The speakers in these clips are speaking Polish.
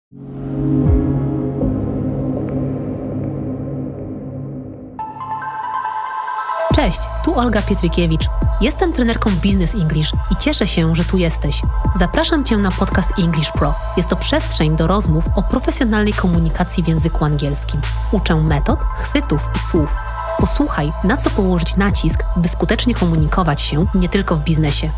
Cześć, tu Olga Pietrykiewicz. Jestem trenerką Business English i cieszę się, że tu jesteś. Zapraszam Cię na podcast English Pro. Jest to przestrzeń do rozmów o profesjonalnej komunikacji w języku angielskim. Uczę metod, chwytów i słów. Posłuchaj, na co położyć nacisk, by skutecznie komunikować się nie tylko w biznesie.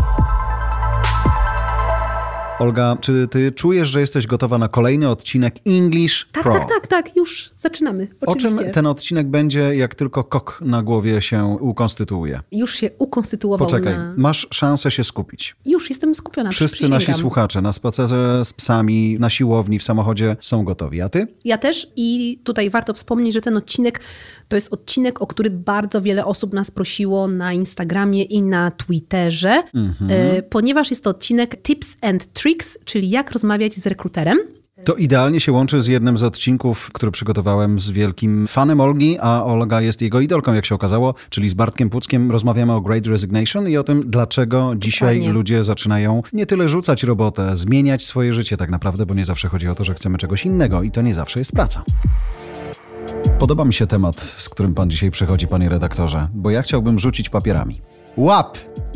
Olga, czy ty czujesz, że jesteś gotowa na kolejny odcinek English Pro? Tak, już zaczynamy. Oczywiście. O czym ten odcinek będzie, jak tylko kok na głowie się ukonstytuuje? Już się ukonstytuował. Poczekaj, masz szansę się skupić. Już jestem skupiona. Wszyscy nasi słuchacze na spacerze z psami, na siłowni, w samochodzie są gotowi. A ty? Ja też i tutaj warto wspomnieć, że ten odcinek to jest odcinek, o który bardzo wiele osób nas prosiło na Instagramie i na Twitterze, ponieważ jest to odcinek Tips and Tricks, czyli jak rozmawiać z rekruterem. To idealnie się łączy z jednym z odcinków, który przygotowałem z wielkim fanem Olgi, a Olga jest jego idolką, jak się okazało, czyli z Bartkiem Puckiem. Rozmawiamy o Great Resignation i o tym, dlaczego dzisiaj ludzie zaczynają nie tyle rzucać robotę, zmieniać swoje życie tak naprawdę, bo nie zawsze chodzi o to, że chcemy czegoś innego i to nie zawsze jest praca. Podoba mi się temat, z którym pan dzisiaj przychodzi, panie redaktorze, bo ja chciałbym rzucić papierami. Łap!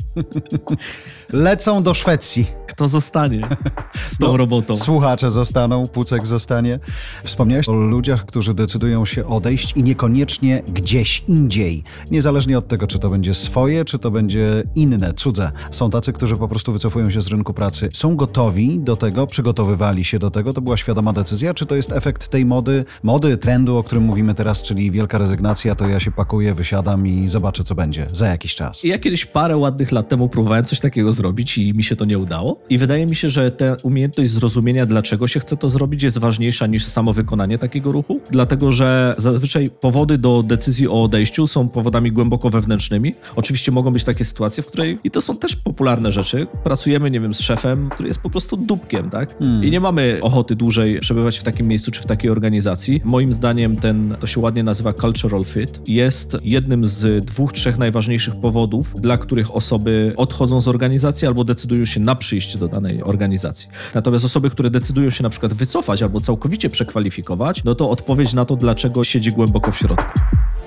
Lecą do Szwecji. Kto zostanie z tą robotą? Słuchacze zostaną, Pucek zostanie. Wspomniałeś o ludziach, którzy decydują się odejść i niekoniecznie gdzieś indziej. Niezależnie od tego, czy to będzie swoje, czy to będzie inne, cudze. Są tacy, którzy po prostu wycofują się z rynku pracy. Są gotowi do tego, przygotowywali się do tego. To była świadoma decyzja, czy to jest efekt tej mody, trendu, o którym mówimy teraz, czyli wielka rezygnacja, to ja się pakuję, wysiadam i zobaczę, co będzie za jakiś czas. Ja kiedyś parę ładnych lat temu próbowałem coś takiego zrobić i mi się to nie udało. I wydaje mi się, że ta umiejętność zrozumienia, dlaczego się chce to zrobić, jest ważniejsza niż samo wykonanie takiego ruchu. Dlatego, że zazwyczaj powody do decyzji o odejściu są powodami głęboko wewnętrznymi. Oczywiście mogą być takie sytuacje, w której, i to są też popularne rzeczy, pracujemy, nie wiem, z szefem, który jest po prostu dupkiem, tak? I nie mamy ochoty dłużej przebywać w takim miejscu czy w takiej organizacji. Moim zdaniem to się ładnie nazywa cultural fit. Jest jednym z 2-3 najważniejszych powodów, dla których osoby odchodzą z organizacji albo decydują się na przyjście do danej organizacji. Natomiast osoby, które decydują się na przykład wycofać albo całkowicie przekwalifikować, no to odpowiedź na to, dlaczego siedzi głęboko w środku.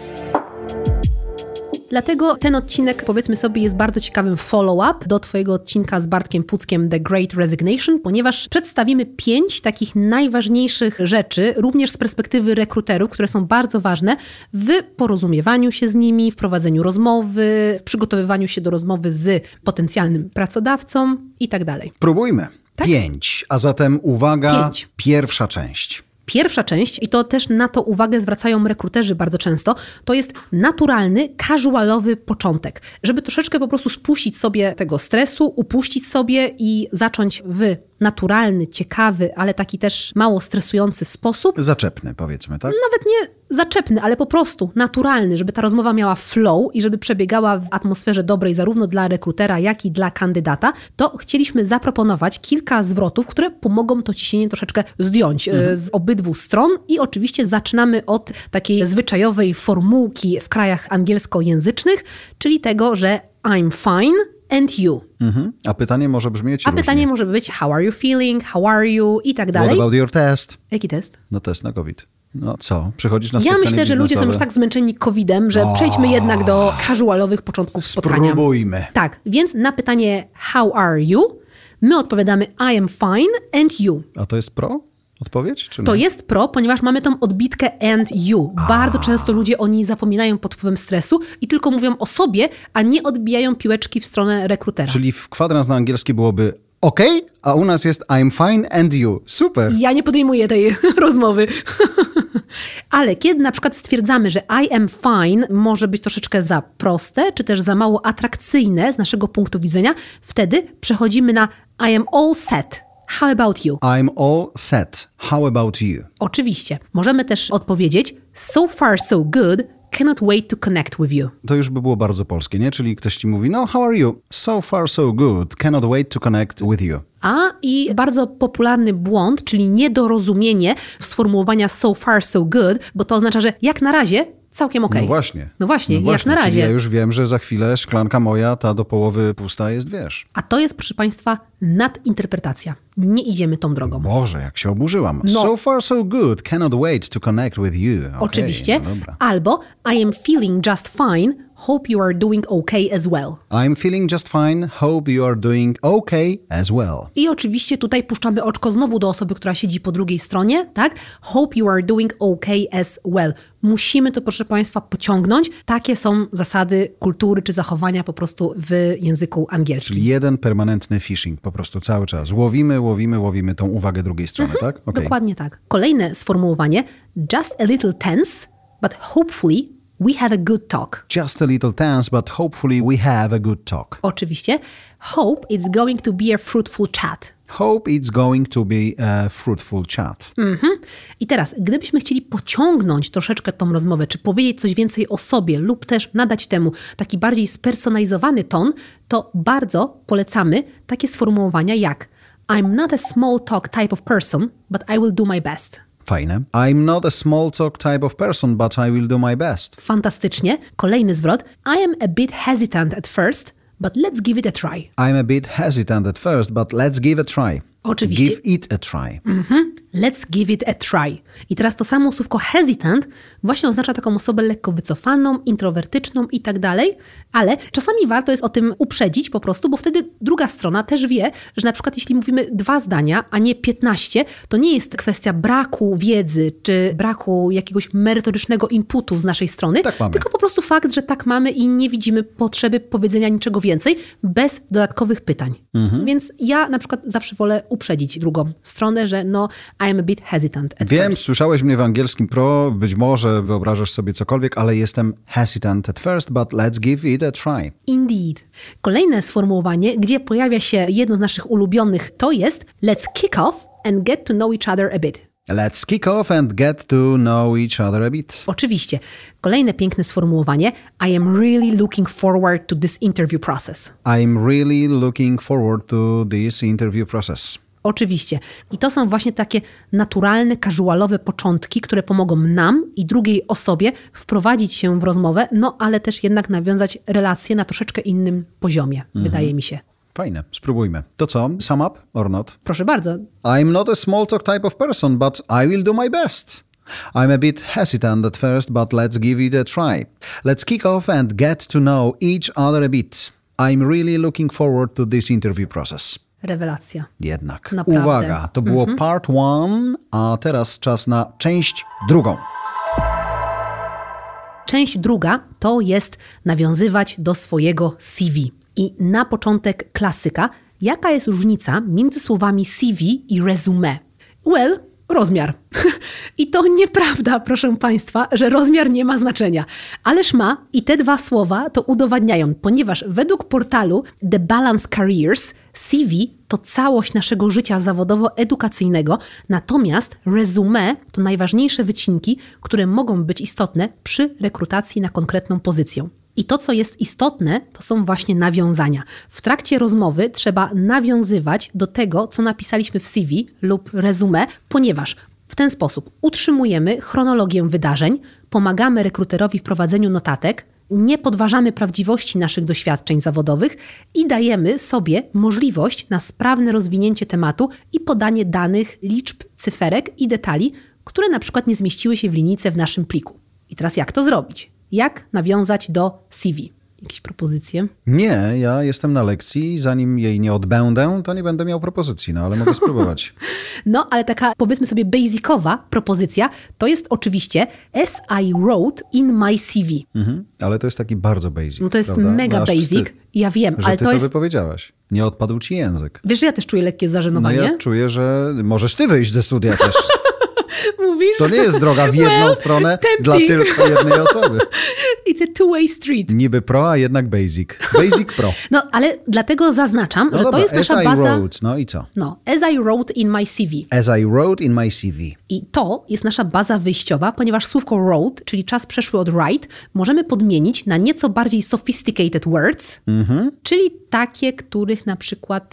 Dlatego ten odcinek, powiedzmy sobie, jest bardzo ciekawym follow-up do twojego odcinka z Bartkiem Puckiem The Great Resignation, ponieważ przedstawimy 5 takich najważniejszych rzeczy, również z perspektywy rekruterów, które są bardzo ważne w porozumiewaniu się z nimi, w prowadzeniu rozmowy, w przygotowywaniu się do rozmowy z potencjalnym pracodawcą i tak dalej. Próbujmy. Tak? 5. A zatem uwaga, 5. Pierwsza część. Pierwsza część, i to też na to uwagę zwracają rekruterzy bardzo często, to jest naturalny, casualowy początek. Żeby troszeczkę po prostu spuścić sobie tego stresu, upuścić sobie i zacząć w naturalny, ciekawy, ale taki też mało stresujący sposób. Zaczepny, powiedzmy, tak? Nawet nie zaczepny, ale po prostu naturalny, żeby ta rozmowa miała flow i żeby przebiegała w atmosferze dobrej zarówno dla rekrutera, jak i dla kandydata, to chcieliśmy zaproponować kilka zwrotów, które pomogą to ciśnienie troszeczkę zdjąć z obydwu stron i oczywiście zaczynamy od takiej zwyczajowej formułki w krajach angielskojęzycznych, czyli tego, że I'm fine and you. A pytanie może brzmieć różnie. Pytanie może być how are you feeling, how are you i tak dalej. What about your test? Jaki test? No test na COVID. No co? Przychodzisz na spotkanie Ja myślę, że ludzie są już tak zmęczeni COVID-em, że przejdźmy jednak do casualowych początków spotkania. Spróbujmy. Tak, więc na pytanie how are you, my odpowiadamy I am fine and you. A to jest pro? Odpowiedź? Czy nie? To jest pro, ponieważ mamy tą odbitkę and you. Bardzo często ludzie o niej zapominają pod wpływem stresu i tylko mówią o sobie, a nie odbijają piłeczki w stronę rekrutera. Czyli w kwadrans na angielski byłoby OK, a u nas jest I'm fine and you. Super. Ja nie podejmuję tej rozmowy. Ale kiedy na przykład stwierdzamy, że I am fine może być troszeczkę za proste, czy też za mało atrakcyjne z naszego punktu widzenia, wtedy przechodzimy na I am all set. How about you? I'm all set. How about you? Oczywiście. Możemy też odpowiedzieć so far so good, cannot wait to connect with you. To już by było bardzo polskie, nie? Czyli ktoś ci mówi, no how are you? So far so good, cannot wait to connect with you. I bardzo popularny błąd, czyli niedorozumienie sformułowania so far so good, bo to oznacza, że jak na razie całkiem okej. No właśnie. No właśnie, jak na razie. Czyli ja już wiem, że za chwilę szklanka moja, ta do połowy pusta jest, wiesz. A to jest, proszę Państwa, nadinterpretacja. Nie idziemy tą drogą. Boże, jak się oburzyłam. No. So far so good. Cannot wait to connect with you. Okay, Oczywiście. no dobra. Albo I am feeling just fine. Hope you are doing okay as well. I'm feeling just fine. Hope you are doing okay as well. I oczywiście tutaj puszczamy oczko znowu do osoby, która siedzi po drugiej stronie, tak? Hope you are doing okay as well. Musimy to, proszę Państwa, pociągnąć. Takie są zasady kultury czy zachowania po prostu w języku angielskim. Czyli jeden permanentny phishing, po prostu cały czas. Łowimy tą uwagę drugiej strony, tak? Okay. Dokładnie tak. Kolejne sformułowanie. Just a little tense, but hopefully we have a good talk. Just a little tense, but hopefully we have a good talk. Oczywiście. Hope it's going to be a fruitful chat. Hope it's going to be a fruitful chat. I teraz, gdybyśmy chcieli pociągnąć troszeczkę tą rozmowę, czy powiedzieć coś więcej o sobie lub też nadać temu taki bardziej spersonalizowany ton, to bardzo polecamy takie sformułowania jak I'm not a small talk type of person, but I will do my best. Fajne. I'm not a small talk type of person, but I will do my best. Fantastycznie. Kolejny zwrot. I am a bit hesitant at first, but let's give it a try. I'm a bit hesitant at first, but let's give a try. Oczywiście. Give it a try. Let's give it a try. I teraz to samo słówko hesitant właśnie oznacza taką osobę lekko wycofaną, introwertyczną i tak dalej, ale czasami warto jest o tym uprzedzić po prostu, bo wtedy druga strona też wie, że na przykład jeśli mówimy 2 zdania, a nie 15, to nie jest kwestia braku wiedzy czy braku jakiegoś merytorycznego inputu z naszej strony, Tak mamy. tylko po prostu fakt, że tak mamy i nie widzimy potrzeby powiedzenia niczego więcej bez dodatkowych pytań. Więc ja na przykład zawsze wolę uprzedzić drugą stronę, że no I am a bit hesitant at Wiem, first. słyszałeś mnie w angielskim pro, być może wyobrażasz sobie cokolwiek, ale jestem hesitant at first, but let's give it a try. Indeed. Kolejne sformułowanie, gdzie pojawia się jedno z naszych ulubionych, to jest let's kick off and get to know each other a bit. Let's kick off and get to know each other a bit. Oczywiście. Kolejne piękne sformułowanie I am really looking forward to this interview process. I'm really looking forward to this interview process. Oczywiście. I to są właśnie takie naturalne, casualowe początki, które pomogą nam i drugiej osobie wprowadzić się w rozmowę, no ale też jednak nawiązać relacje na troszeczkę innym poziomie, wydaje mi się. Fajne, spróbujmy. To co? Sum up or not? Proszę bardzo. I'm not a small talk type of person, but I will do my best. I'm a bit hesitant at first, but let's give it a try. Let's kick off and get to know each other a bit. I'm really looking forward to this interview process. Rewelacja. Jednak. Naprawdę. Uwaga, to było part 1, a teraz czas na część drugą. Część druga to jest nawiązywać do swojego CV. I na początek klasyka. Jaka jest różnica między słowami CV i resume? Well, rozmiar. I to nieprawda, proszę Państwa, że rozmiar nie ma znaczenia. Ależ ma i te 2 słowa to udowadniają, ponieważ według portalu The Balance Careers CV to całość naszego życia zawodowo-edukacyjnego, natomiast resume to najważniejsze wycinki, które mogą być istotne przy rekrutacji na konkretną pozycję. I to, co jest istotne, to są właśnie nawiązania. W trakcie rozmowy trzeba nawiązywać do tego, co napisaliśmy w CV lub resume, ponieważ w ten sposób utrzymujemy chronologię wydarzeń, pomagamy rekruterowi w prowadzeniu notatek, nie podważamy prawdziwości naszych doświadczeń zawodowych i dajemy sobie możliwość na sprawne rozwinięcie tematu i podanie danych, liczb, cyferek i detali, które na przykład nie zmieściły się w linijce w naszym pliku. I teraz jak to zrobić? Jak nawiązać do CV? Jakieś propozycje? Nie, ja jestem na lekcji, zanim jej nie odbędę, to nie będę miał propozycji, no ale mogę spróbować. No, ale taka powiedzmy sobie basicowa propozycja to jest oczywiście as I wrote in my CV. Ale to jest taki bardzo basic. No to jest prawda? mega No aż basic. wstyd, Ja wiem, że ale ty to to jest... wypowiedziałaś. Nie odpadł ci język. Wiesz, że ja też czuję lekkie No zażenowanie? ja czuję, że możesz ty wyjść ze studia też. Mówisz? To nie jest droga w jedną stronę dla tylko jednej osoby. It's a two-way street. Niby pro, a jednak basic. Basic pro. No, ale dlatego zaznaczam, No że dobra, to jest nasza as baza... I wrote, no i co? No, as I wrote in my CV. As I wrote in my CV. I to jest nasza baza wyjściowa, ponieważ słówko wrote, czyli czas przeszły od write, możemy podmienić na nieco bardziej sophisticated words, czyli takie, których na przykład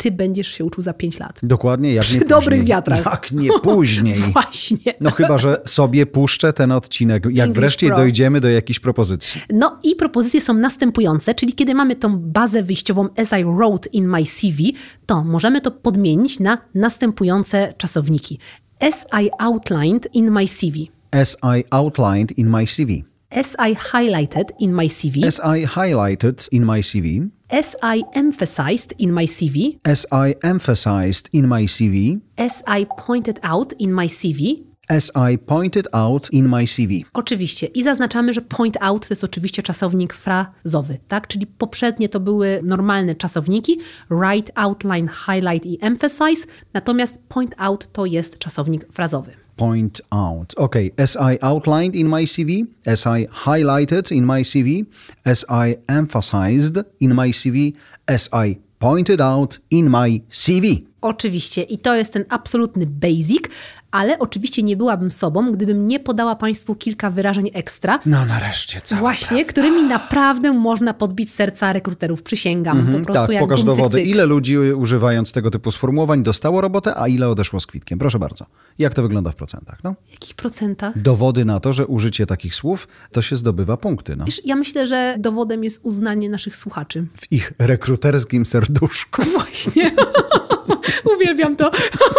ty będziesz się uczył za 5 lat. Dokładnie, jak Przy nie później. dobrych wiatrach. Jak nie później. Właśnie. No chyba, że sobie puszczę ten odcinek, jak English wreszcie Pro. dojdziemy do jakiejś propozycji. No i propozycje są następujące, czyli kiedy mamy tą bazę wyjściową as I wrote in my CV, to możemy to podmienić na następujące czasowniki. As I outlined in my CV. As I outlined in my CV. As I highlighted in my CV. As I highlighted in my CV. As I emphasized in my CV. As I emphasized in my CV. As I pointed out in my CV. As I pointed out in my CV. Oczywiście. I zaznaczamy, że point out to jest oczywiście czasownik frazowy, tak? Czyli poprzednie to były normalne czasowniki, write, outline, highlight i emphasize, natomiast point out to jest czasownik frazowy. Point out. Okay. As I outlined in my CV, as I highlighted in my CV, as I emphasized in my CV, as I pointed out in my CV. Oczywiście. I to jest ten absolutny basic, ale oczywiście nie byłabym sobą, gdybym nie podała Państwu kilka wyrażeń ekstra. No nareszcie, co? Właśnie, którymi naprawdę można podbić serca rekruterów, przysięgam. Po prostu Tak, jak pokaż bum, cyk, dowody. cyk. Ile ludzi używając tego typu sformułowań dostało robotę, a ile odeszło z kwitkiem? Proszę bardzo. Jak to wygląda w procentach? No? W jakich procentach? Dowody na to, że użycie takich słów, to się zdobywa punkty. No. Wiesz, ja myślę, że dowodem jest uznanie naszych słuchaczy. W ich rekruterskim serduszku. Właśnie. Uwielbiam to.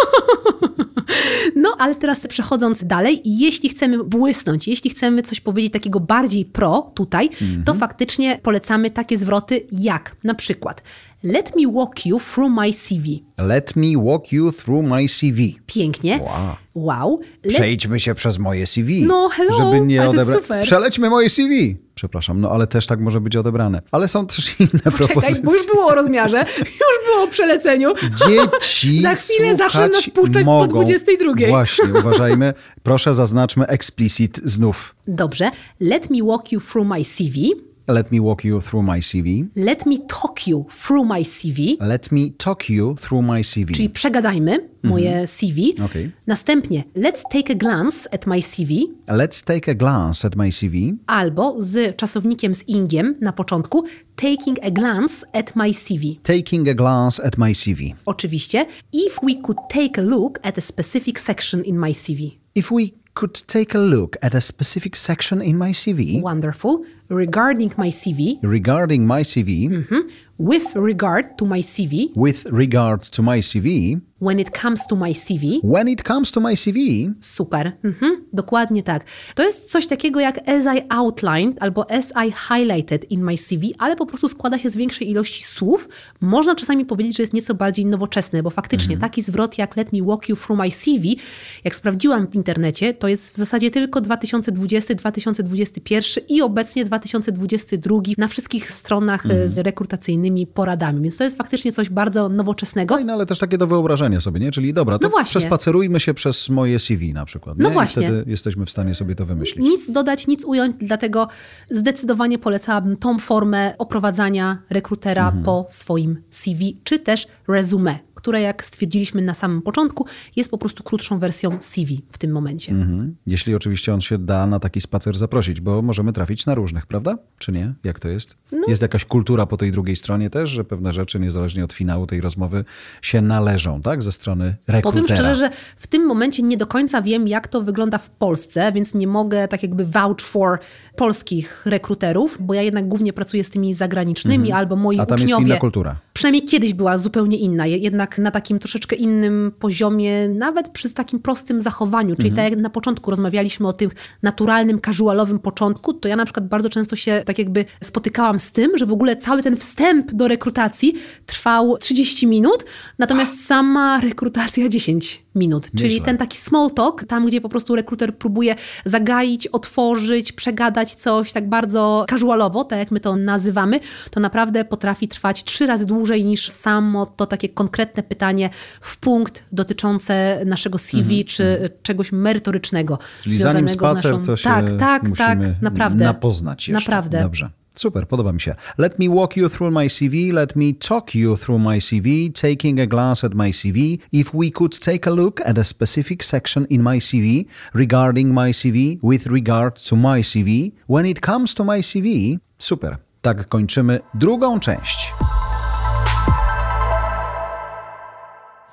No, ale teraz przechodząc dalej, jeśli chcemy błysnąć, jeśli chcemy coś powiedzieć takiego bardziej pro tutaj, to faktycznie polecamy takie zwroty jak na przykład let me walk you through my CV. Let me walk you through my CV. Pięknie. Wow. Przejdźmy się przez moje CV. No, hello, żeby nie ale to jest odebrać. super. Przelećmy moje CV. Przepraszam, no ale też tak może być odebrane. Ale są też inne propozycje. Czekaj, bo już było o rozmiarze, już było o przeleceniu. Dzieci Za chwilę zaczną nas słuchać puszczać mogą. po 22. Właśnie, uważajmy. Proszę zaznaczmy explicit znów. Dobrze. Let me walk you through my CV. Let me walk you through my CV. Let me talk you through my CV. Let me talk you through my CV. Czyli przegadajmy moje CV. Okay. Następnie let's take a glance at my CV. Let's take a glance at my CV. Albo z czasownikiem z ingiem na początku taking a glance at my CV. Taking a glance at my CV. Oczywiście. If we could take a look at a specific section in my CV. If we could take a look at a specific section in my CV. Wonderful. Regarding my CV. Regarding my CV. With regard to my CV. With regard to my CV. When it comes to my CV. When it comes to my CV. Super. Dokładnie tak. To jest coś takiego jak as I outlined albo as I highlighted in my CV, ale po prostu składa się z większej ilości słów. Można czasami powiedzieć, że jest nieco bardziej nowoczesne, bo faktycznie taki zwrot jak let me walk you through my CV, jak sprawdziłam w internecie, to jest w zasadzie tylko 2020, 2021 i obecnie 2022 na wszystkich stronach z rekrutacyjnymi poradami. Więc to jest faktycznie coś bardzo nowoczesnego. No ale też takie do wyobrażenia sobie, nie? Czyli dobra, to przespacerujmy się przez moje CV na przykład. Nie? No właśnie. I wtedy jesteśmy w stanie sobie to wymyślić. Nic dodać, nic ująć, dlatego zdecydowanie polecałabym tą formę oprowadzania rekrutera po swoim CV, czy też resume, które jak stwierdziliśmy na samym początku, jest po prostu krótszą wersją CV w tym momencie. Jeśli oczywiście on się da na taki spacer zaprosić, bo możemy trafić na różnych, prawda? Czy nie? Jak to jest? Jest jakaś kultura po tej drugiej stronie też, że pewne rzeczy niezależnie od finału tej rozmowy się należą, tak? Ze strony rekrutera. Powiem szczerze, że w tym momencie nie do końca wiem, jak to wygląda w Polsce, więc nie mogę tak jakby vouch for polskich rekruterów, bo ja jednak głównie pracuję z tymi zagranicznymi albo moi A tam uczniowie. jest inna kultura. Przynajmniej kiedyś była zupełnie inna, jednak na takim troszeczkę innym poziomie, nawet przy takim prostym zachowaniu, czyli tak jak na początku rozmawialiśmy o tym naturalnym, casualowym początku, to ja na przykład bardzo często się tak jakby spotykałam z tym, że w ogóle cały ten wstęp do rekrutacji trwał 30 minut, natomiast sama rekrutacja 10 minut. Nieźle. Czyli ten taki small talk, tam gdzie po prostu rekruter próbuje zagaić, otworzyć, przegadać coś tak bardzo casualowo, tak jak my to nazywamy, to naprawdę potrafi trwać 3 razy dłużej niż samo to takie konkretne pytanie w punkt dotyczące naszego CV czy czegoś merytorycznego. Czyli zanim spacer, to się musimy naprawdę. napoznać jeszcze. Naprawdę. Dobrze. Super, podoba mi się. Let me walk you through my CV. Let me talk you through my CV, taking a glance at my CV. If we could take a look at a specific section in my CV, regarding my CV, with regard to my CV, when it comes to my CV. Super. Tak kończymy drugą część.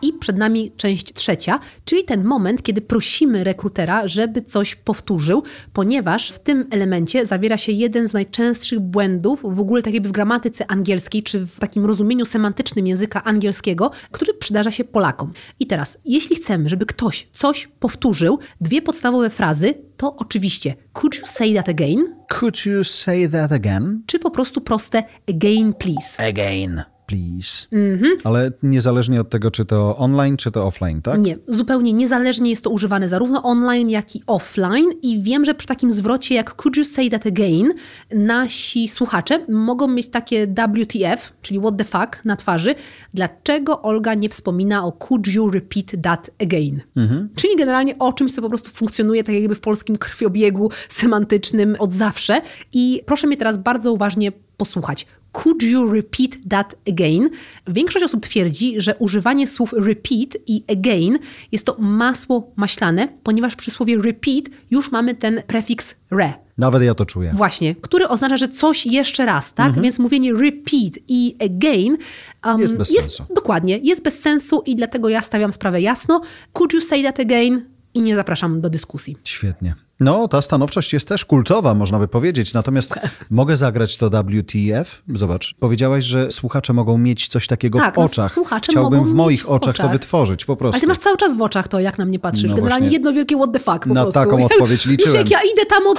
I przed nami część trzecia, czyli ten moment, kiedy prosimy rekrutera, żeby coś powtórzył, ponieważ w tym elemencie zawiera się jeden z najczęstszych błędów w ogóle tak jakby w gramatyce angielskiej, czy w takim rozumieniu semantycznym języka angielskiego, który przydarza się Polakom. I teraz, jeśli chcemy, żeby ktoś coś powtórzył, 2 podstawowe frazy to oczywiście could you say that again? Could you say that again? Czy po prostu proste again please. Again, please. Ale niezależnie od tego, czy to online, czy to offline, tak? Nie, zupełnie niezależnie jest to używane zarówno online, jak i offline i wiem, że przy takim zwrocie jak could you say that again, nasi słuchacze mogą mieć takie WTF, czyli what the fuck na twarzy. Dlaczego Olga nie wspomina o could you repeat that again? Czyli generalnie o czymś, co po prostu funkcjonuje tak jakby w polskim krwiobiegu semantycznym od zawsze. I proszę mnie teraz bardzo uważnie posłuchać. Could you repeat that again? Większość osób twierdzi, że używanie słów repeat i again jest to masło maślane, ponieważ przy słowie repeat już mamy ten prefiks re. Nawet ja to czuję. Właśnie, który oznacza, że coś jeszcze raz, tak? Więc mówienie repeat i again jest bez sensu. Dokładnie, jest bez sensu i dlatego ja stawiam sprawę jasno. Could you say that again? I nie zapraszam do dyskusji. Świetnie. No, ta stanowczość jest też kultowa, można by powiedzieć. Natomiast mogę zagrać to WTF? Zobacz, powiedziałaś, że słuchacze mogą mieć coś takiego w oczach. Chciałbym w moich oczach to wytworzyć, po prostu. Ale ty masz cały czas w oczach to, jak na mnie patrzysz. No generalnie właśnie. jedno wielkie what the fuck po na prostu. taką odpowiedź liczyłem. Już jak ja idę tam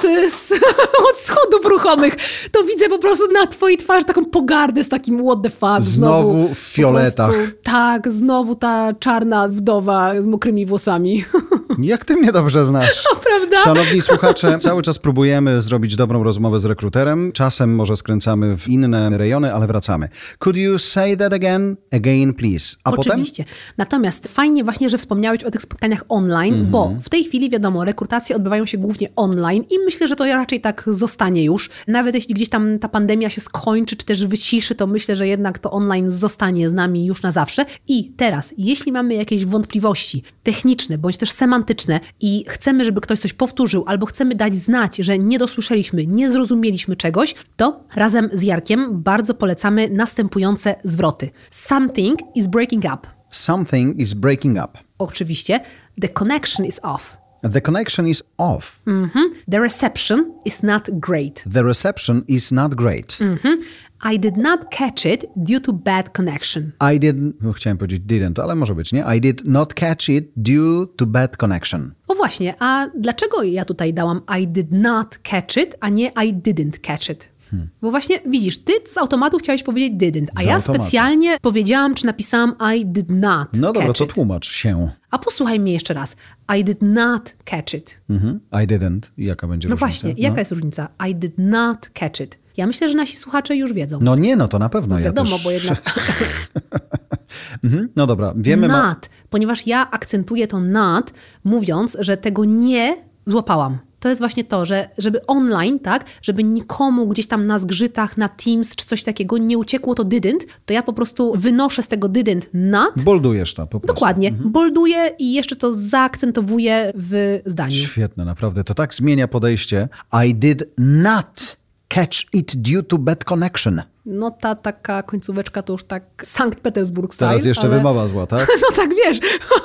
od schodów ruchomych, to widzę po prostu na twojej twarzy taką pogardę z takim what the fuck. Znowu w fioletach. Tak, znowu ta czarna wdowa z mokrymi włosami. Jak ty mnie dobrze znasz. O, prawda? Szanowni słuchacze, cały czas próbujemy zrobić dobrą rozmowę z rekruterem. Czasem może skręcamy w inne rejony, ale wracamy. Could you say that again? Again, please. A Oczywiście. potem? Natomiast fajnie właśnie, że wspomniałeś o tych spotkaniach online, bo w tej chwili wiadomo, rekrutacje odbywają się głównie online i myślę, że to raczej tak zostanie już. Nawet jeśli gdzieś tam ta pandemia się skończy, czy też wyciszy, to myślę, że jednak to online zostanie z nami już na zawsze. I teraz, jeśli mamy jakieś wątpliwości techniczne, bądź też semantyczne i chcemy, żeby ktoś coś powtórzył, albo chcemy dać znać, że nie dosłyszeliśmy, nie zrozumieliśmy czegoś, to razem z Jarkiem bardzo polecamy następujące zwroty. Something is breaking up. Something is breaking up. Oczywiście. The connection is off. The connection is off. The reception is not great. The reception is not great. I did not catch it due to bad connection. Chciałem powiedzieć didn't, ale może być, nie? I did not catch it due to bad connection. O właśnie, a dlaczego ja tutaj dałam I did not catch it, a nie I didn't catch it? Bo właśnie widzisz, ty z automatu chciałeś powiedzieć didn't, a ja specjalnie powiedziałam, czy napisałam I did not No dobra, catch to it. tłumacz się. A posłuchaj mnie jeszcze raz. I did not catch it. I didn't. I jaka będzie No różnica? właśnie, jaka jest różnica? I did not catch it. Ja myślę, że nasi słuchacze już wiedzą. No nie, no to na pewno. Wiadomo, ja też... bo jednak... No dobra, wiemy... Not, ponieważ ja akcentuję to not, mówiąc, że tego nie złapałam. To jest właśnie to, że żeby online, tak, żeby nikomu gdzieś tam na zgrzytach, na Teams czy coś takiego nie uciekło to didn't, to ja po prostu wynoszę z tego didn't not. Boldujesz to po prostu. Dokładnie. Bolduję i jeszcze to zaakcentowuję w zdaniu. Świetne, naprawdę. To tak zmienia podejście. I did not catch it due to bad connection. No ta taka końcóweczka to już tak Sankt Petersburg style. Teraz jeszcze wymowa zła, tak? No tak, wiesz.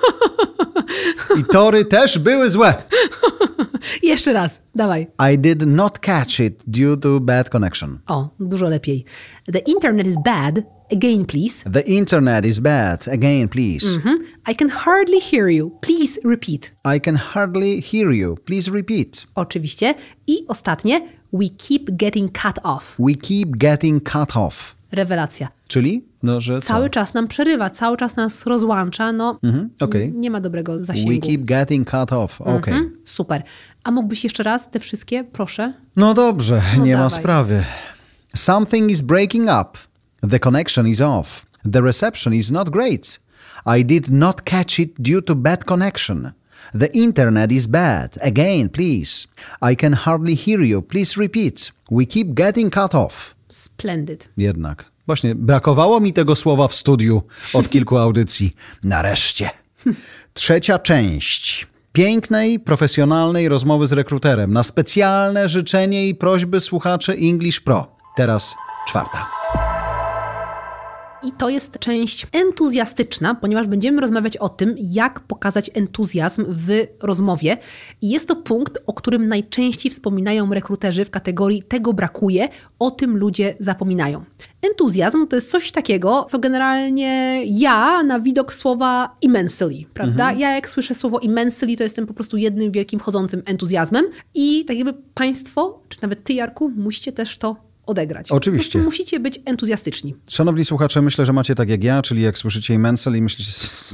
I tory też były złe. Jeszcze raz, dawaj. I did not catch it due to bad connection. O, dużo lepiej. The internet is bad. Again, please. The internet is bad. Again, please. I can hardly hear you. Please repeat. I can hardly hear you. Please repeat. Oczywiście. I ostatnie. We keep getting cut off. We keep getting cut off. Rewelacja. Czyli? No, że co? Cały czas nam przerywa, cały czas nas rozłącza. No, okej. nie ma dobrego zasięgu. We keep getting cut off. Okej. Super. A mógłbyś jeszcze raz te wszystkie, proszę? No dobrze, nie ma dawaj. sprawy. Something is breaking up. The connection is off. The reception is not great. I did not catch it due to bad connection. The internet is bad. Again, please. I can hardly hear you. Please repeat. We keep getting cut off. Splendid. Jednak. Właśnie brakowało mi tego słowa w studiu od kilku audycji. Nareszcie. Trzecia część pięknej, profesjonalnej rozmowy z rekruterem na specjalne życzenie i prośby słuchaczy English Pro. Teraz czwarta. I to jest część entuzjastyczna, ponieważ będziemy rozmawiać o tym, jak pokazać entuzjazm w rozmowie. I jest to punkt, o którym najczęściej wspominają rekruterzy w kategorii tego brakuje, o tym ludzie zapominają. Entuzjazm to jest coś takiego, co generalnie ja na widok słowa immensely, prawda? Ja jak słyszę słowo immensely, to jestem po prostu jednym wielkim chodzącym entuzjazmem i tak jakby państwo, czy nawet ty, Jarku, musicie też to odegrać. Oczywiście. Musicie być entuzjastyczni. Szanowni słuchacze, myślę, że macie tak jak ja, czyli jak słyszycie immensely, myślicie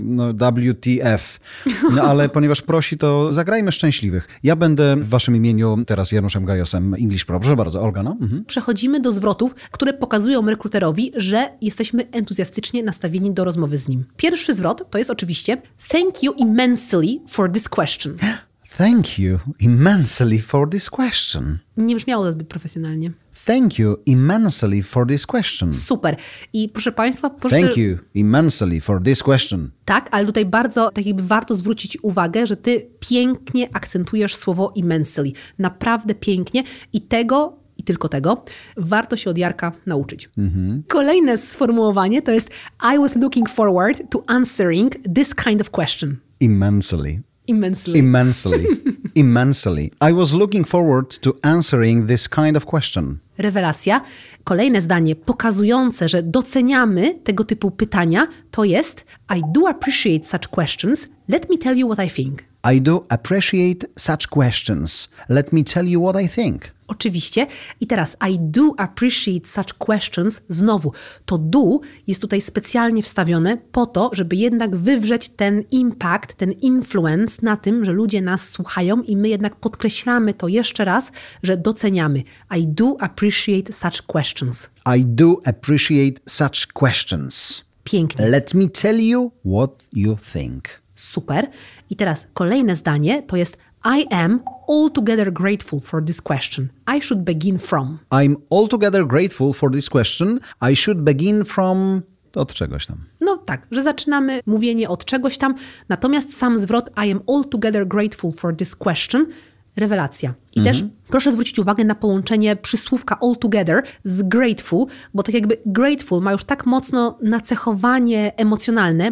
WTF. No ale ponieważ prosi, to zagrajmy szczęśliwych. Ja będę w waszym imieniu teraz Januszem Gajosem, English Pro. Proszę bardzo, Olga, no. Przechodzimy do zwrotów, które pokazują rekruterowi, że jesteśmy entuzjastycznie nastawieni do rozmowy z nim. Pierwszy zwrot to jest oczywiście thank you immensely for this question. Thank you immensely for this question. Nie brzmiało to zbyt profesjonalnie. Thank you immensely for this question. Super. I proszę Państwa... Thank you immensely for this question. Tak, ale tutaj bardzo tak jakby warto zwrócić uwagę, że ty pięknie akcentujesz słowo immensely. Naprawdę pięknie i tego... I tylko tego warto się od Jarka nauczyć. Kolejne sformułowanie to jest I was looking forward to answering this kind of question. Immensely. Immensely. Immensely. Immensely. I was looking forward to answering this kind of question. Rewelacja. Kolejne zdanie pokazujące, że doceniamy tego typu pytania to jest I do appreciate such questions. Let me tell you what I think. I do appreciate such questions. Let me tell you what I think. Oczywiście. I teraz I do appreciate such questions. Znowu, to do jest tutaj specjalnie wstawione po to, żeby jednak wywrzeć ten impact, ten influence na tym, że ludzie nas słuchają i my jednak podkreślamy to jeszcze raz, że doceniamy. I do appreciate such questions. I do appreciate such questions. Pięknie. Let me tell you what you think. Super. I teraz kolejne zdanie to jest I am altogether grateful for this question. I should begin from. I'm altogether grateful for this question. I should begin from... Od czegoś tam. No tak, że zaczynamy mówienie od czegoś tam, natomiast sam zwrot I am altogether grateful for this question, rewelacja. I też proszę zwrócić uwagę na połączenie przysłówka altogether z grateful, bo tak jakby grateful ma już tak mocno nacechowanie emocjonalne,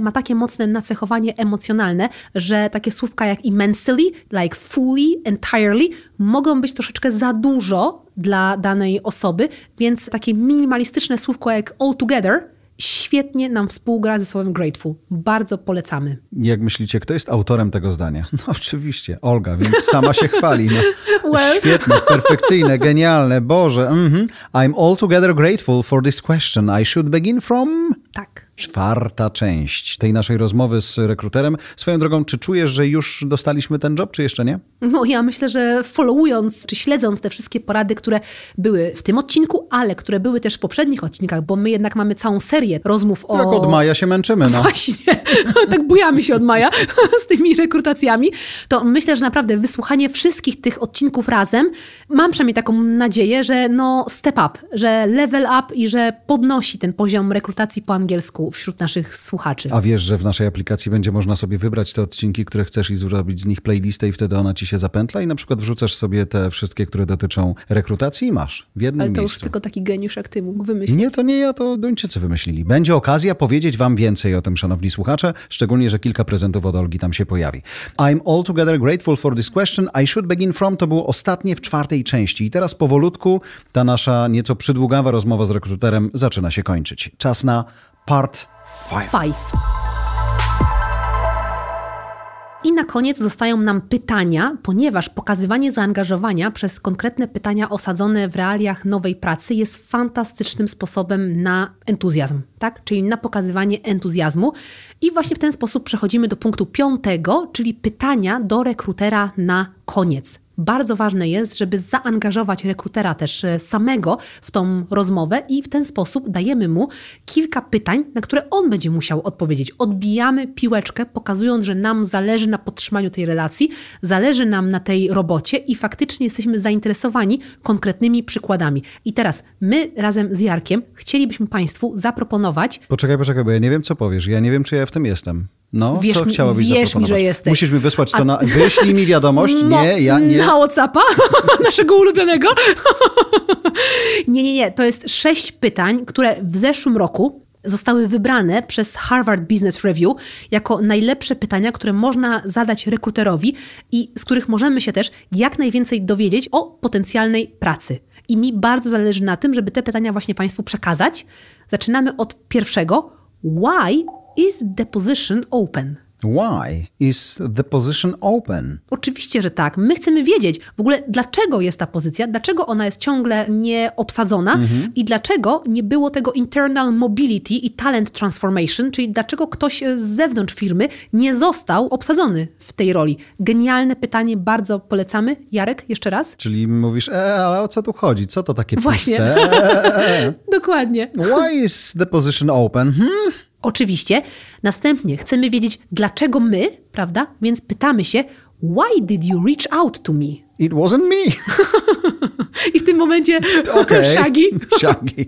że takie słówka jak immensely, like fully, entirely mogą być troszeczkę za dużo dla danej osoby, więc takie minimalistyczne słówko jak altogether świetnie nam współgra ze słowem grateful. Bardzo polecamy. Jak myślicie, kto jest autorem tego zdania? No oczywiście, Olga, więc sama się chwali. No. Well. Świetne, perfekcyjne, genialne, Boże. I'm altogether grateful for this question. I should begin from... Tak. 4. część tej naszej rozmowy z rekruterem. Swoją drogą, czy czujesz, że już dostaliśmy ten job, czy jeszcze nie? No ja myślę, że followując, czy śledząc te wszystkie porady, które były w tym odcinku, ale które były też w poprzednich odcinkach, bo my jednak mamy całą serię rozmów o... Tak od maja się męczymy, no. Właśnie, tak bujamy się od maja z tymi rekrutacjami. To myślę, że naprawdę wysłuchanie wszystkich tych odcinków razem, mam przynajmniej taką nadzieję, że no step up, że level up i że podnosi ten poziom rekrutacji po angielsku wśród naszych słuchaczy. A wiesz, że w naszej aplikacji będzie można sobie wybrać te odcinki, które chcesz i zrobić z nich playlistę i wtedy ona ci się zapętla i na przykład wrzucasz sobie te wszystkie, które dotyczą rekrutacji i masz w jednym miejscu. Ale to już tylko taki geniusz jak ty mógł wymyślić. Nie, to nie ja, to Duńczycy wymyślili. Będzie okazja powiedzieć wam więcej o tym, szanowni słuchacze, szczególnie, że kilka prezentów od Olgi tam się pojawi. I'm altogether grateful for this question. I should begin from to było ostatnie w 4. części. I teraz powolutku ta nasza nieco przydługawa rozmowa z rekruterem zaczyna się kończyć. Czas na part 5. I na koniec zostają nam pytania, ponieważ pokazywanie zaangażowania przez konkretne pytania osadzone w realiach nowej pracy jest fantastycznym sposobem na entuzjazm, tak? Czyli na pokazywanie entuzjazmu. I właśnie w ten sposób przechodzimy do punktu 5, czyli pytania do rekrutera na koniec. Bardzo ważne jest, żeby zaangażować rekrutera też samego w tą rozmowę i w ten sposób dajemy mu kilka pytań, na które on będzie musiał odpowiedzieć. Odbijamy piłeczkę, pokazując, że nam zależy na podtrzymaniu tej relacji, zależy nam na tej robocie i faktycznie jesteśmy zainteresowani konkretnymi przykładami. I teraz my razem z Jarkiem chcielibyśmy Państwu zaproponować... Poczekaj, bo ja nie wiem, co powiesz. Ja nie wiem, czy ja w tym jestem. No, wierz co chciałabyś wierz mi, że jesteś. Musisz mi wysłać to wyślij mi wiadomość. Nie, ja nie. Na WhatsAppa, naszego ulubionego. Nie. To jest 6 pytań, które w zeszłym roku zostały wybrane przez Harvard Business Review jako najlepsze pytania, które można zadać rekruterowi i z których możemy się też jak najwięcej dowiedzieć o potencjalnej pracy. I mi bardzo zależy na tym, żeby te pytania właśnie Państwu przekazać. Zaczynamy od pierwszego. Why is the position open? Why is the position open? Oczywiście, że tak. My chcemy wiedzieć w ogóle, dlaczego jest ta pozycja, dlaczego ona jest ciągle nieobsadzona i dlaczego nie było tego internal mobility i talent transformation, czyli dlaczego ktoś z zewnątrz firmy nie został obsadzony w tej roli. Genialne pytanie, bardzo polecamy. Jarek, jeszcze raz? Czyli mówisz, ale o co tu chodzi? Co to takie Właśnie. puste? Dokładnie. Why is the position open? Oczywiście. Następnie chcemy wiedzieć, dlaczego my, prawda? Więc pytamy się, why did you reach out to me? It wasn't me. I w tym momencie Shaggy. Shaggy.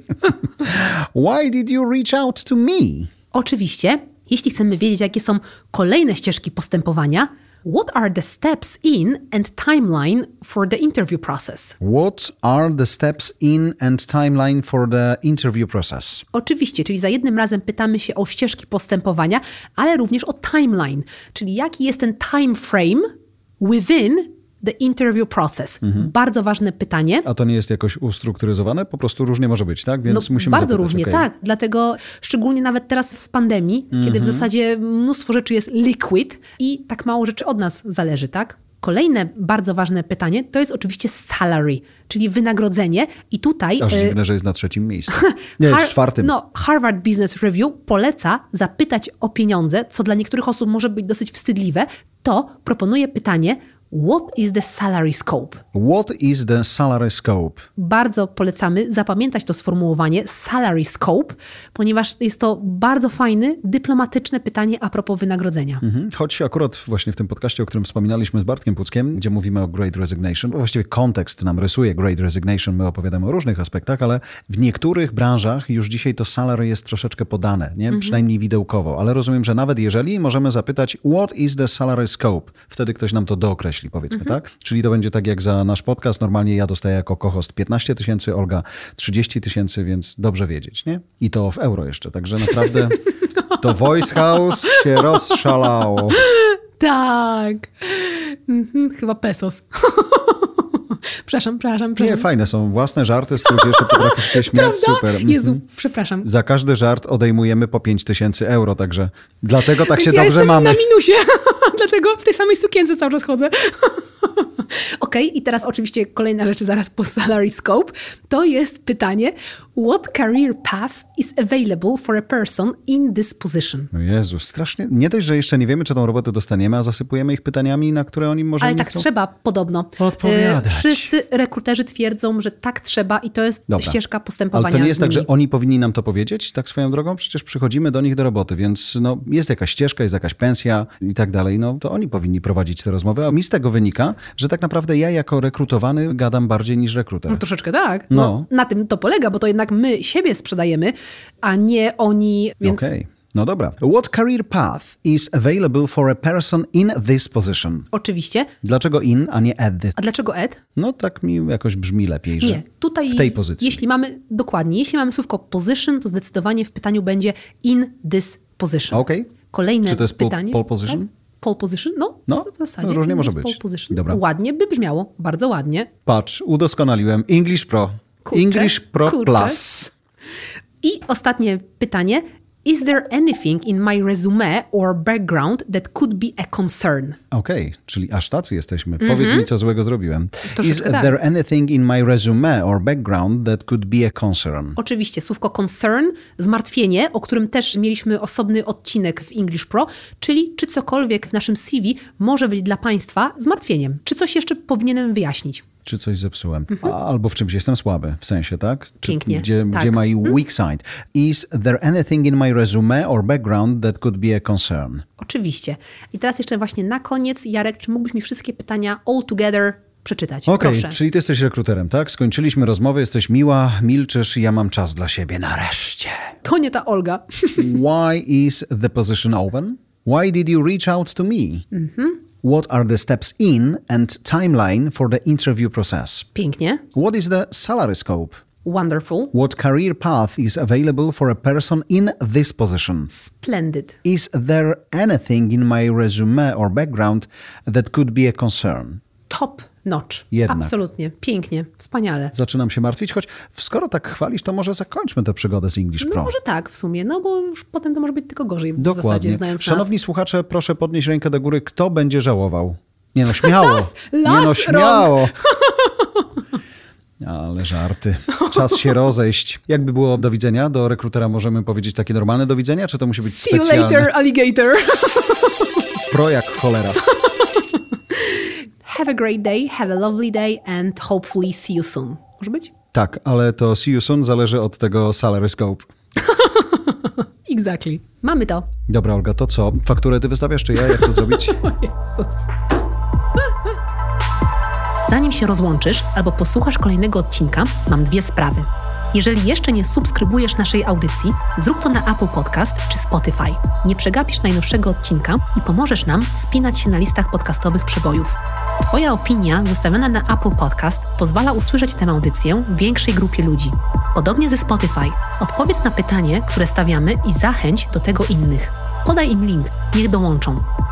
Why did you reach out to me? Oczywiście, jeśli chcemy wiedzieć, jakie są kolejne ścieżki postępowania, what are the steps in and timeline for the interview process? What are the steps in and timeline for the interview process? Oczywiście, czyli za jednym razem pytamy się o ścieżki postępowania, ale również o timeline, czyli jaki jest ten time frame within the interview process. Bardzo ważne pytanie. A to nie jest jakoś ustrukturyzowane? Po prostu różnie może być, tak? Więc musimy bardzo zapytać, różnie, okay. tak. Dlatego szczególnie nawet teraz w pandemii, kiedy w zasadzie mnóstwo rzeczy jest liquid i tak mało rzeczy od nas zależy, tak? Kolejne bardzo ważne pytanie to jest oczywiście salary, czyli wynagrodzenie i tutaj... Aż dziwne, że jest na 3. miejscu. Nie, jest 4. Harvard Business Review poleca zapytać o pieniądze, co dla niektórych osób może być dosyć wstydliwe, to proponuje pytanie, what is the salary scope? What is the salary scope? Bardzo polecamy zapamiętać to sformułowanie salary scope, ponieważ jest to bardzo fajne, dyplomatyczne pytanie a propos wynagrodzenia. Choć akurat właśnie w tym podcaście, o którym wspominaliśmy z Bartkiem Puckiem, gdzie mówimy o Great Resignation, bo właściwie kontekst nam rysuje Great Resignation, my opowiadamy o różnych aspektach, ale w niektórych branżach już dzisiaj to salary jest troszeczkę podane, nie? Przynajmniej widełkowo, ale rozumiem, że nawet jeżeli możemy zapytać what is the salary scope, wtedy ktoś nam to dookreśli, powiedzmy, tak? Czyli to będzie tak jak za nasz podcast. Normalnie ja dostaję jako co-host 15 000, Olga 30 000, więc dobrze wiedzieć, nie? I to w euro jeszcze, także naprawdę to Voice House się rozszalało. Tak. Chyba pesos. Przepraszam. Nie, fajne są własne żarty, z których jeszcze potrafisz się śmiać. Prawda? Super. Jezu, przepraszam. Za każdy żart odejmujemy po 5 000 euro, także dlatego tak się ja dobrze mamy. Ja jestem na minusie, dlatego w tej samej sukience cały czas chodzę. Okej, i teraz oczywiście kolejna rzecz zaraz po salary scope, to jest pytanie, what career path is available for a person in this position? No Jezu, strasznie. Nie dość, że jeszcze nie wiemy, czy tą robotę dostaniemy, a zasypujemy ich pytaniami, na które oni może ale nie tak chcą trzeba podobno. odpowiadać. Wszyscy rekruterzy twierdzą, że tak trzeba i to jest ścieżka postępowania. Ale to nie jest tak, że oni powinni nam to powiedzieć, tak swoją drogą? Przecież przychodzimy do nich do roboty, więc no, jest jakaś ścieżka, jest jakaś pensja i tak dalej. No to oni powinni prowadzić te rozmowy, a mi z tego wynika, że tak naprawdę ja jako rekrutowany gadam bardziej niż rekruter. No troszeczkę tak. No, na tym to polega, bo to jednak my siebie sprzedajemy, a nie oni, więc... Okej. No dobra. What career path is available for a person in this position? Oczywiście. Dlaczego in, a nie at? A dlaczego at? No tak mi jakoś brzmi lepiej, że nie, tutaj w tej pozycji. Jeśli mamy słówko position, to zdecydowanie w pytaniu będzie in this position. Okej. Kolejne Czy to jest pytanie. pole position? Tak? Pole position? No, w zasadzie. No, różnie może pole być. Position. Dobra. Ładnie by brzmiało, bardzo ładnie. Patrz, udoskonaliłem. English Pro. English Pro Plus. I ostatnie pytanie. Is there anything in my resume or background that could be a concern? Okej, czyli aż tacy jesteśmy. Powiedz mi, co złego zrobiłem. Is tak. there anything in my resume or background that could be a concern? Oczywiście, słówko concern, zmartwienie, o którym też mieliśmy osobny odcinek w English Pro, czyli czy cokolwiek w naszym CV może być dla Państwa zmartwieniem. Czy coś jeszcze powinienem wyjaśnić? Czy coś zepsułem. Albo w czymś jestem słaby, w sensie, tak? Pięknie. Gdzie tak. my weak side. Is there anything in my resume or background that could be a concern? Oczywiście. I teraz jeszcze właśnie na koniec, Jarek, czy mógłbyś mi wszystkie pytania all together przeczytać? Okej, Proszę. czyli ty jesteś rekruterem, tak? Skończyliśmy rozmowę, jesteś miła, milczysz, ja mam czas dla siebie nareszcie. To nie ta Olga. Why is the position open? Why did you reach out to me? What are the steps in and timeline for the interview process? Pięknie. What is the salary scope? Wonderful. What career path is available for a person in this position? Splendid. Is there anything in my resume or background that could be a concern? Top notch. Jednak. Absolutnie. Pięknie. Wspaniale. Zaczynam się martwić, choć skoro tak chwalisz, to może zakończmy tę przygodę z English Pro. No może tak w sumie, no bo już potem to może być tylko gorzej. Dokładnie. W zasadzie, znając Szanowni nas. słuchacze, proszę podnieść rękę do góry, kto będzie żałował. Nie no, śmiało. Nie no, Las śmiało. Ale żarty. Czas się rozejść. Jakby było do widzenia? Do rekrutera możemy powiedzieć takie normalne do widzenia, czy to musi być See you specjalne? later, alligator. Pro jak cholera. Have a great day, have a lovely day and hopefully see you soon. Może być? Tak, ale to see you soon zależy od tego salary scope. Exactly. Mamy to. Dobra, Olga, to co? Fakturę ty wystawiasz, czy ja? Jak to zrobić? O Jezus. Zanim się rozłączysz albo posłuchasz kolejnego odcinka, mam 2 sprawy. Jeżeli jeszcze nie subskrybujesz naszej audycji, zrób to na Apple Podcast czy Spotify. Nie przegapisz najnowszego odcinka i pomożesz nam wspinać się na listach podcastowych przebojów. Twoja opinia zostawiona na Apple Podcast pozwala usłyszeć tę audycję większej grupie ludzi. Podobnie ze Spotify. Odpowiedz na pytanie, które stawiamy i zachęć do tego innych. Podaj im link, niech dołączą.